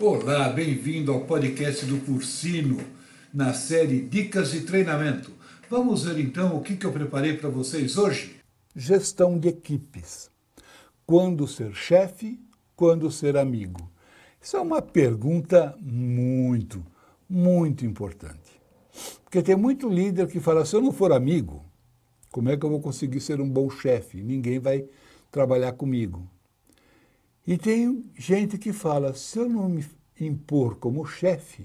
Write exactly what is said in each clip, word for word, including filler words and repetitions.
Olá, bem-vindo ao podcast do Cursino, na série Dicas de Treinamento. Vamos ver então o que eu preparei para vocês hoje? Gestão de equipes. Quando ser chefe, quando ser amigo? Isso é uma pergunta muito, muito importante. Porque tem muito líder que fala, se eu não for amigo, como é que eu vou conseguir ser um bom chefe? Ninguém vai trabalhar comigo. E tem gente que fala, se eu não me impor como chefe,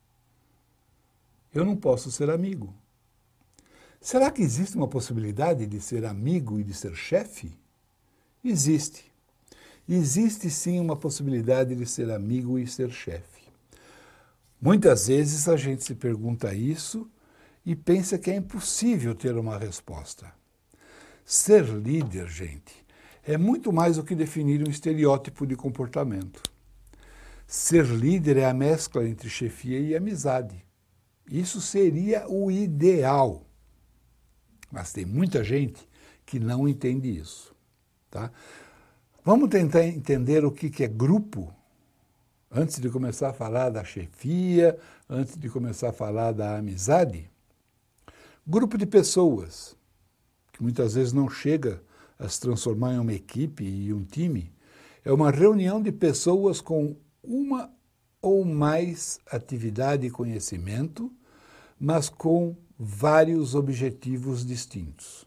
eu não posso ser amigo. Será que existe uma possibilidade de ser amigo e de ser chefe? Existe. Existe sim uma possibilidade de ser amigo e ser chefe. Muitas vezes a gente se pergunta isso e pensa que é impossível ter uma resposta. Ser líder, gente, é muito mais do que definir um estereótipo de comportamento. Ser líder é a mescla entre chefia e amizade. Isso seria o ideal. Mas tem muita gente que não entende isso. Tá? Vamos tentar entender o que é grupo, antes de começar a falar da chefia, antes de começar a falar da amizade. Grupo de pessoas, que muitas vezes não chega a se transformar em uma equipe e um time, é uma reunião de pessoas com uma ou mais atividade e conhecimento, mas com vários objetivos distintos,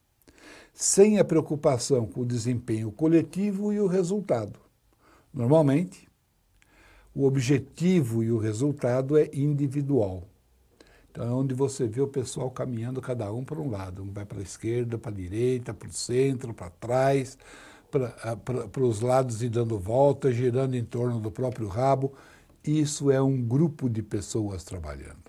sem a preocupação com o desempenho coletivo e o resultado. Normalmente, o objetivo e o resultado é individual. Então, é onde você vê o pessoal caminhando cada um para um lado. Um vai para a esquerda, para a direita, para o centro, para trás, para, para, para os lados e dando voltas, girando em torno do próprio rabo. Isso é um grupo de pessoas trabalhando.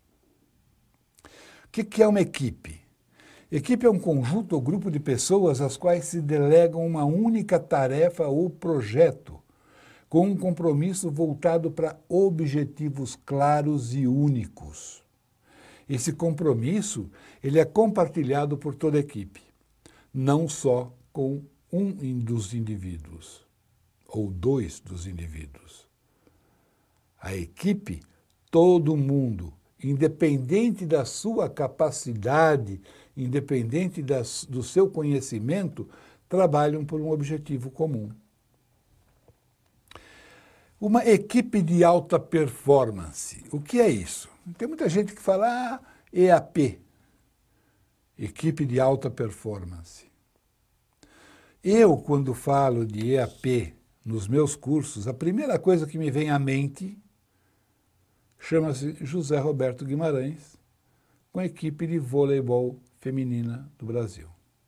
O que, que é uma equipe? Equipe é um conjunto ou grupo de pessoas às quais se delegam uma única tarefa ou projeto, com um compromisso voltado para objetivos claros e únicos. Esse compromisso ele é compartilhado por toda a equipe, não só com um dos indivíduos, ou dois dos indivíduos. A equipe, todo mundo, independente da sua capacidade, independente das, do seu conhecimento, trabalham por um objetivo comum. Uma equipe de alta performance. O que é isso? Tem muita gente que fala, ah, E A P, equipe de alta performance. Eu, quando falo de E A P nos meus cursos, a primeira coisa que me vem à mente chama-se José Roberto Guimarães, com a equipe de voleibol feminina do Brasil.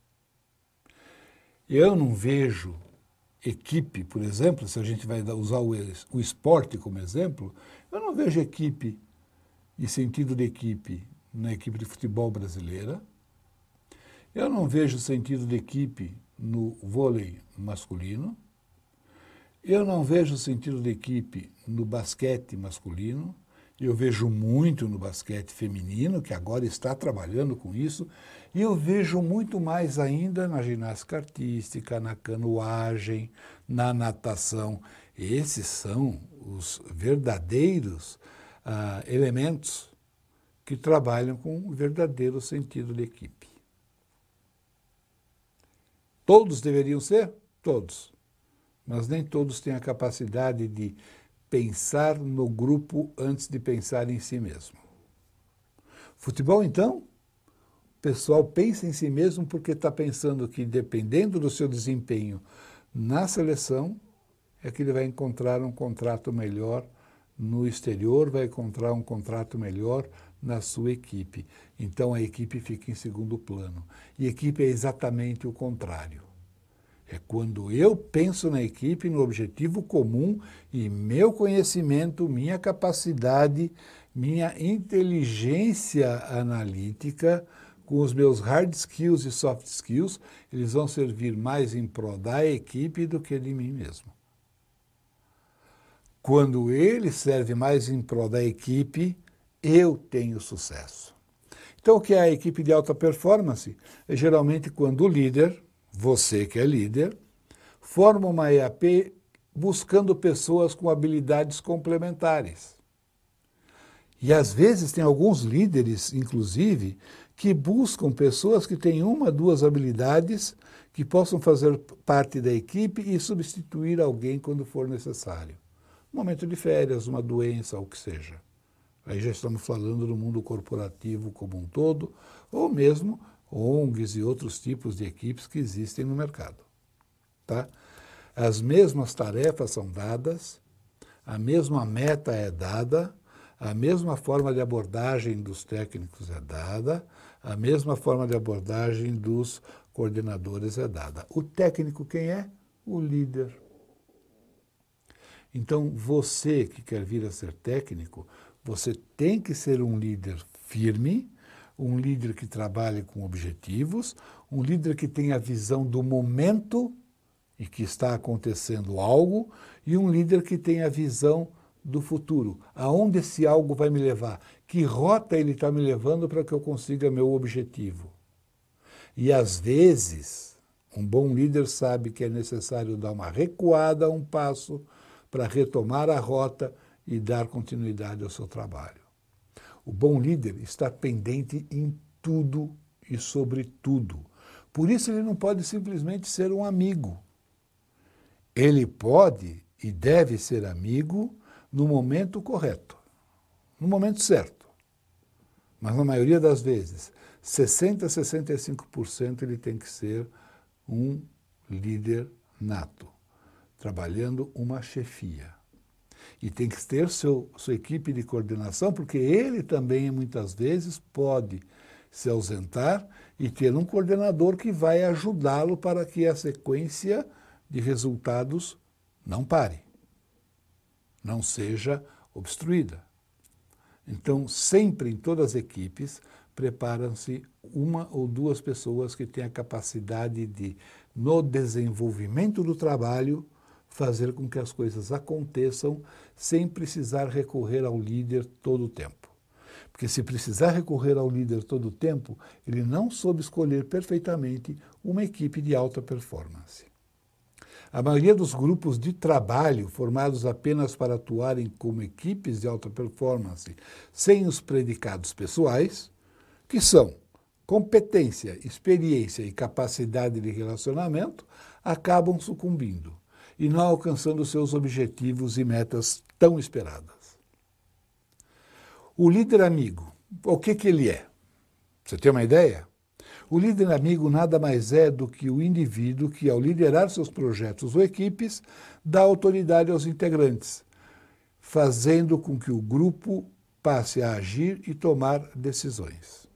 Eu não vejo equipe, por exemplo, se a gente vai usar o esporte como exemplo, eu não vejo equipe em sentido de equipe na equipe de futebol brasileira, eu não vejo sentido de equipe no vôlei masculino, eu não vejo sentido de equipe no basquete masculino, eu vejo muito no basquete feminino, que agora está trabalhando com isso, e eu vejo muito mais ainda na ginástica artística, na canoagem, na natação. Esses são os verdadeiros ah, elementos que trabalham com um verdadeiro sentido de equipe. Todos deveriam ser? Todos. Mas nem todos têm a capacidade de pensar no grupo antes de pensar em si mesmo. Futebol, então, o pessoal pensa em si mesmo porque está pensando que, dependendo do seu desempenho na seleção, é que ele vai encontrar um contrato melhor no exterior, vai encontrar um contrato melhor na sua equipe. Então, a equipe fica em segundo plano. E equipe é exatamente o contrário. É quando eu penso na equipe, no objetivo comum e meu conhecimento, minha capacidade, minha inteligência analítica, com os meus hard skills e soft skills, eles vão servir mais em prol da equipe do que de mim mesmo. Quando ele serve mais em prol da equipe, eu tenho sucesso. Então, o que é a equipe de alta performance? É geralmente quando o líder, você que é líder, forma uma E A P buscando pessoas com habilidades complementares. E às vezes tem alguns líderes, inclusive, que buscam pessoas que têm uma, duas habilidades que possam fazer parte da equipe e substituir alguém quando for necessário. Um momento de férias, uma doença, o que seja. Aí já estamos falando do mundo corporativo como um todo, ou mesmo O N Gs e outros tipos de equipes que existem no mercado. Tá? As mesmas tarefas são dadas, a mesma meta é dada, a mesma forma de abordagem dos técnicos é dada, a mesma forma de abordagem dos coordenadores é dada. O técnico quem é? O líder. Então, você que quer vir a ser técnico, você tem que ser um líder firme, um líder que trabalhe com objetivos, um líder que tenha a visão do momento e que está acontecendo algo, e um líder que tenha a visão do futuro. Aonde esse algo vai me levar? Que rota ele está me levando para que eu consiga meu objetivo? E às vezes, um bom líder sabe que é necessário dar uma recuada, um passo, para retomar a rota e dar continuidade ao seu trabalho. O bom líder está pendente em tudo e sobre tudo. Por isso ele não pode simplesmente ser um amigo. Ele pode e deve ser amigo no momento correto, no momento certo. Mas na maioria das vezes, sessenta a sessenta e cinco por cento ele tem que ser um líder nato, trabalhando uma chefia. E tem que ter seu, sua equipe de coordenação, porque ele também, muitas vezes, pode se ausentar e ter um coordenador que vai ajudá-lo para que a sequência de resultados não pare, não seja obstruída. Então, sempre em todas as equipes, preparam-se uma ou duas pessoas que têm a capacidade de, no desenvolvimento do trabalho, fazer com que as coisas aconteçam sem precisar recorrer ao líder todo o tempo. Porque se precisar recorrer ao líder todo o tempo, ele não soube escolher perfeitamente uma equipe de alta performance. A maioria dos grupos de trabalho formados apenas para atuarem como equipes de alta performance, sem os predicados pessoais, que são competência, experiência e capacidade de relacionamento, acabam sucumbindo e não alcançando seus objetivos e metas tão esperadas. O líder amigo, o que que ele é? Você tem uma ideia? O líder amigo nada mais é do que o indivíduo que, ao liderar seus projetos ou equipes, dá autoridade aos integrantes, fazendo com que o grupo passe a agir e tomar decisões.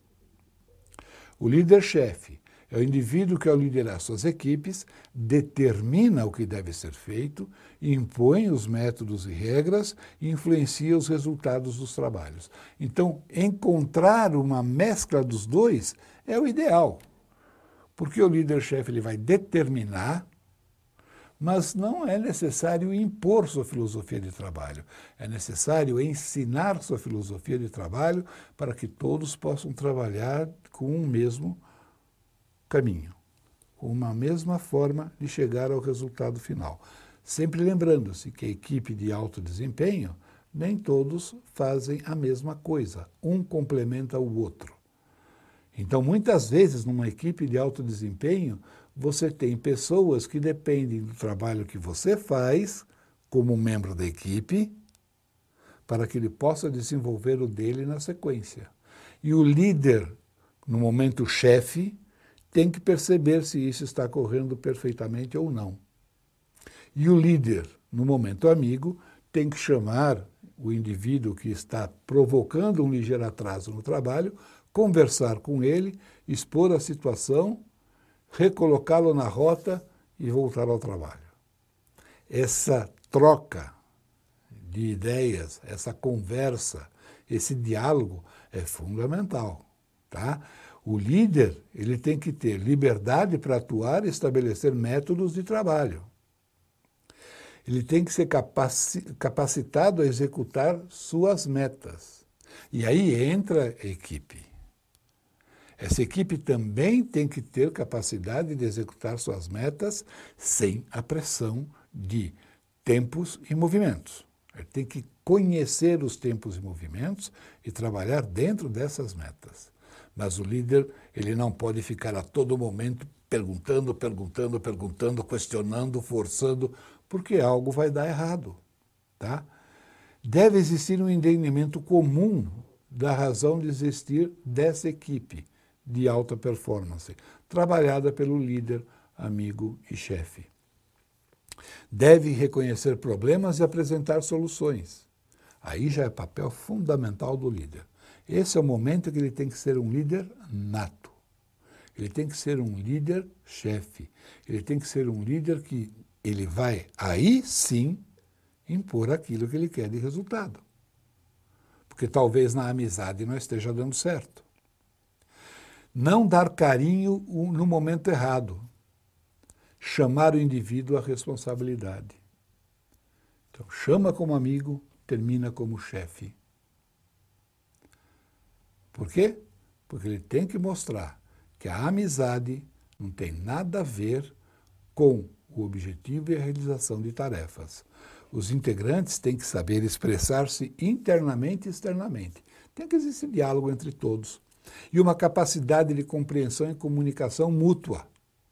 O líder-chefe é o indivíduo que, ao liderar suas equipes, determina o que deve ser feito, impõe os métodos e regras e influencia os resultados dos trabalhos. Então, encontrar uma mescla dos dois é o ideal, porque o líder-chefe ele vai determinar, mas não é necessário impor sua filosofia de trabalho. É necessário ensinar sua filosofia de trabalho para que todos possam trabalhar com o mesmo caminho, com uma mesma forma de chegar ao resultado final. Sempre lembrando-se que a equipe de alto desempenho, nem todos fazem a mesma coisa, um complementa o outro. Então, muitas vezes, numa equipe de alto desempenho, você tem pessoas que dependem do trabalho que você faz, como membro da equipe, para que ele possa desenvolver o dele na sequência. E o líder, no momento chefe, tem que perceber se isso está correndo perfeitamente ou não. E o líder, no momento amigo, tem que chamar o indivíduo que está provocando um ligeiro atraso no trabalho, conversar com ele, expor a situação, recolocá-lo na rota e voltar ao trabalho. Essa troca de ideias, essa conversa, esse diálogo é fundamental, tá? O líder, ele tem que ter liberdade para atuar e estabelecer métodos de trabalho. Ele tem que ser capaci- capacitado a executar suas metas. E aí entra a equipe. Essa equipe também tem que ter capacidade de executar suas metas sem a pressão de tempos e movimentos. Ele tem que conhecer os tempos e movimentos e trabalhar dentro dessas metas. Mas o líder, ele não pode ficar a todo momento perguntando, perguntando, perguntando, questionando, forçando, porque algo vai dar errado, tá? Deve existir um entendimento comum da razão de existir dessa equipe de alta performance, trabalhada pelo líder, amigo e chefe. Deve reconhecer problemas e apresentar soluções. Aí já é papel fundamental do líder. Esse é o momento que ele tem que ser um líder nato. Ele tem que ser um líder chefe. Ele tem que ser um líder que ele vai, aí sim, impor aquilo que ele quer de resultado. Porque talvez na amizade não esteja dando certo. Não dar carinho no momento errado. Chamar o indivíduo à responsabilidade. Então, chama como amigo, termina como chefe. Por quê? Porque ele tem que mostrar que a amizade não tem nada a ver com o objetivo e a realização de tarefas. Os integrantes têm que saber expressar-se internamente e externamente. Tem que existir diálogo entre todos. E uma capacidade de compreensão e comunicação mútua.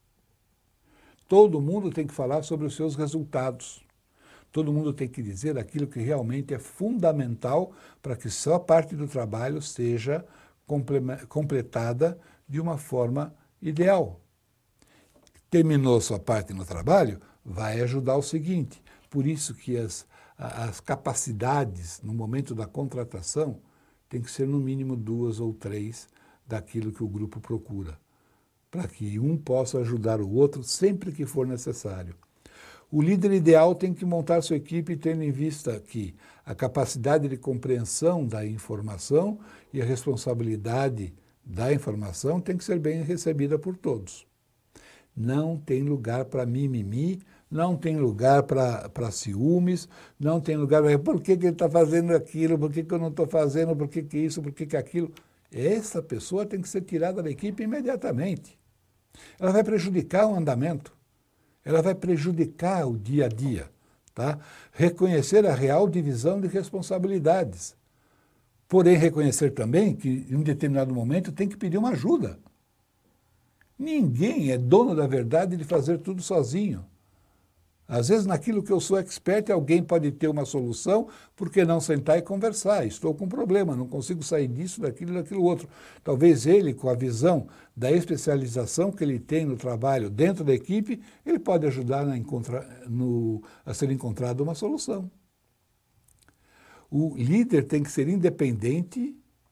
Todo mundo tem que falar sobre os seus resultados. Todo mundo tem que dizer aquilo que realmente é fundamental para que sua parte do trabalho seja completada de uma forma ideal. Terminou sua parte no trabalho, vai ajudar o seguinte. Por isso que as, as capacidades no momento da contratação tem que ser no mínimo duas ou três daquilo que o grupo procura, para que um possa ajudar o outro sempre que for necessário. O líder ideal tem que montar sua equipe tendo em vista que a capacidade de compreensão da informação e a responsabilidade da informação tem que ser bem recebida por todos. Não tem lugar para mimimi, não tem lugar para ciúmes, não tem lugar para por que, que ele está fazendo aquilo, por que, que eu não estou fazendo, por que, que isso, por que, que aquilo. Essa pessoa tem que ser tirada da equipe imediatamente. Ela vai prejudicar o andamento. Ela vai prejudicar o dia a dia, tá? Reconhecer a real divisão de responsabilidades. Porém, reconhecer também que, em um determinado momento, tem que pedir uma ajuda. Ninguém é dono da verdade de fazer tudo sozinho. Às vezes, naquilo que eu sou expert, alguém pode ter uma solução, por que não sentar e conversar? Estou com um problema, não consigo sair disso, daquilo, daquilo outro. Talvez ele, com a visão da especialização que ele tem no trabalho dentro da equipe, ele pode ajudar a, encontrar, no, a ser encontrada uma solução. O líder tem que ser independente,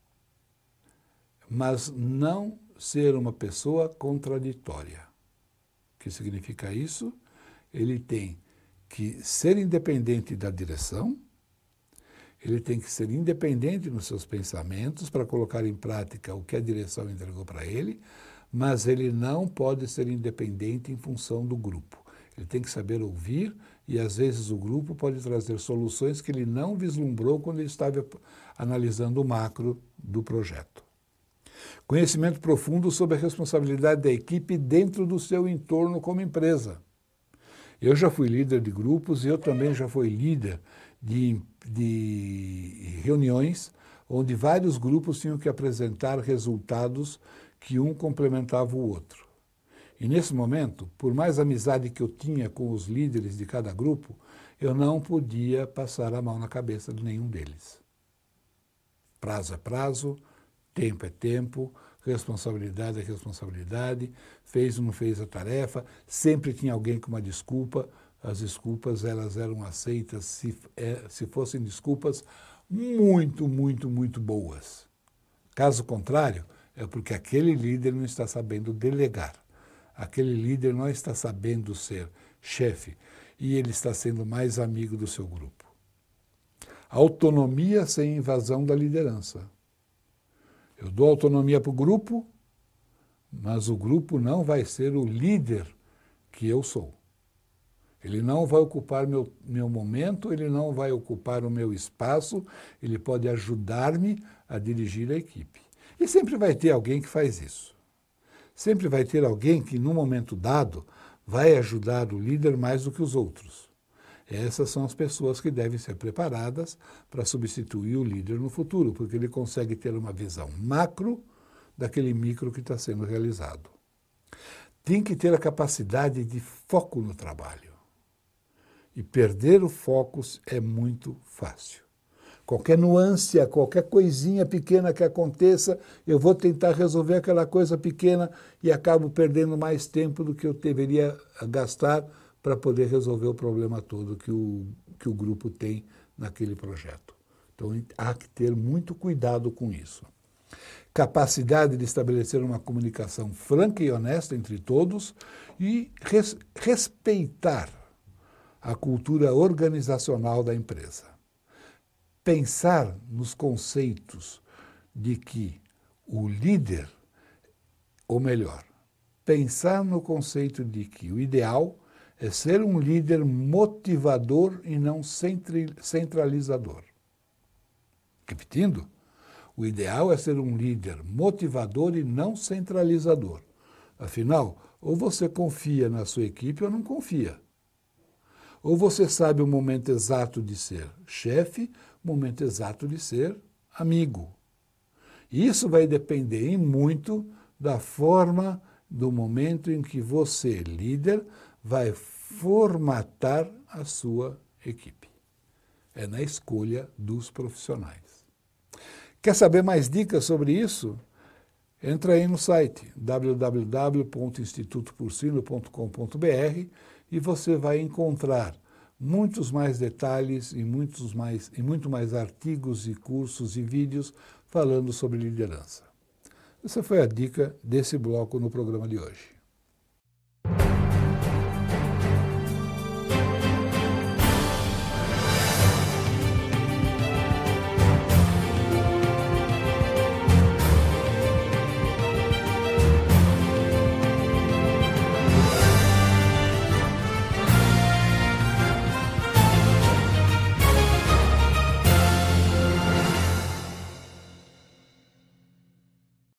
mas não ser uma pessoa contraditória. O que significa isso? Ele tem que ser independente da direção, ele tem que ser independente nos seus pensamentos para colocar em prática o que a direção entregou para ele, mas ele não pode ser independente em função do grupo. Ele tem que saber ouvir e, às vezes, o grupo pode trazer soluções que ele não vislumbrou quando ele estava analisando o macro do projeto. Conhecimento profundo sobre a responsabilidade da equipe dentro do seu entorno como empresa. Eu já fui líder de grupos e eu também já fui líder de, de reuniões onde vários grupos tinham que apresentar resultados que um complementava o outro. E nesse momento, por mais amizade que eu tinha com os líderes de cada grupo, eu não podia passar a mão na cabeça de nenhum deles. Prazo é prazo, tempo é tempo, responsabilidade é responsabilidade, fez ou não fez a tarefa, sempre tinha alguém com uma desculpa, as desculpas elas eram aceitas se, é, se fossem desculpas muito, muito, muito boas. Caso contrário, é porque aquele líder não está sabendo delegar, aquele líder não está sabendo ser chefe e ele está sendo mais amigo do seu grupo. Autonomia sem invasão da liderança. Eu dou autonomia para o grupo, mas o grupo não vai ser o líder que eu sou. Ele não vai ocupar meu, meu momento, ele não vai ocupar o meu espaço, ele pode ajudar-me a dirigir a equipe. E sempre vai ter alguém que faz isso. Sempre vai ter alguém que, num momento dado, vai ajudar o líder mais do que os outros. Essas são as pessoas que devem ser preparadas para substituir o líder no futuro, porque ele consegue ter uma visão macro daquele micro que está sendo realizado. Tem que ter a capacidade de foco no trabalho. E perder o foco é muito fácil. Qualquer nuance, qualquer coisinha pequena que aconteça, eu vou tentar resolver aquela coisa pequena e acabo perdendo mais tempo do que eu deveria gastar para poder resolver o problema todo que o, que o grupo tem naquele projeto. Então, há que ter muito cuidado com isso. Capacidade de estabelecer uma comunicação franca e honesta entre todos e res, respeitar a cultura organizacional da empresa. Pensar nos conceitos de que o líder, ou melhor, pensar no conceito de que o ideal é ser um líder motivador e não centralizador. Repetindo, o ideal é ser um líder motivador e não centralizador. Afinal, ou você confia na sua equipe ou não confia. Ou você sabe o momento exato de ser chefe, o momento exato de ser amigo. Isso vai depender em muito da forma, do momento em que você, líder, vai formatar a sua equipe. É na escolha dos profissionais. Quer saber mais dicas sobre isso? Entra aí no site w w w ponto instituto porcino ponto com ponto b r e você vai encontrar muitos mais detalhes e, muitos mais, e muito mais artigos e cursos e vídeos falando sobre liderança. Essa foi a dica desse bloco no programa de hoje.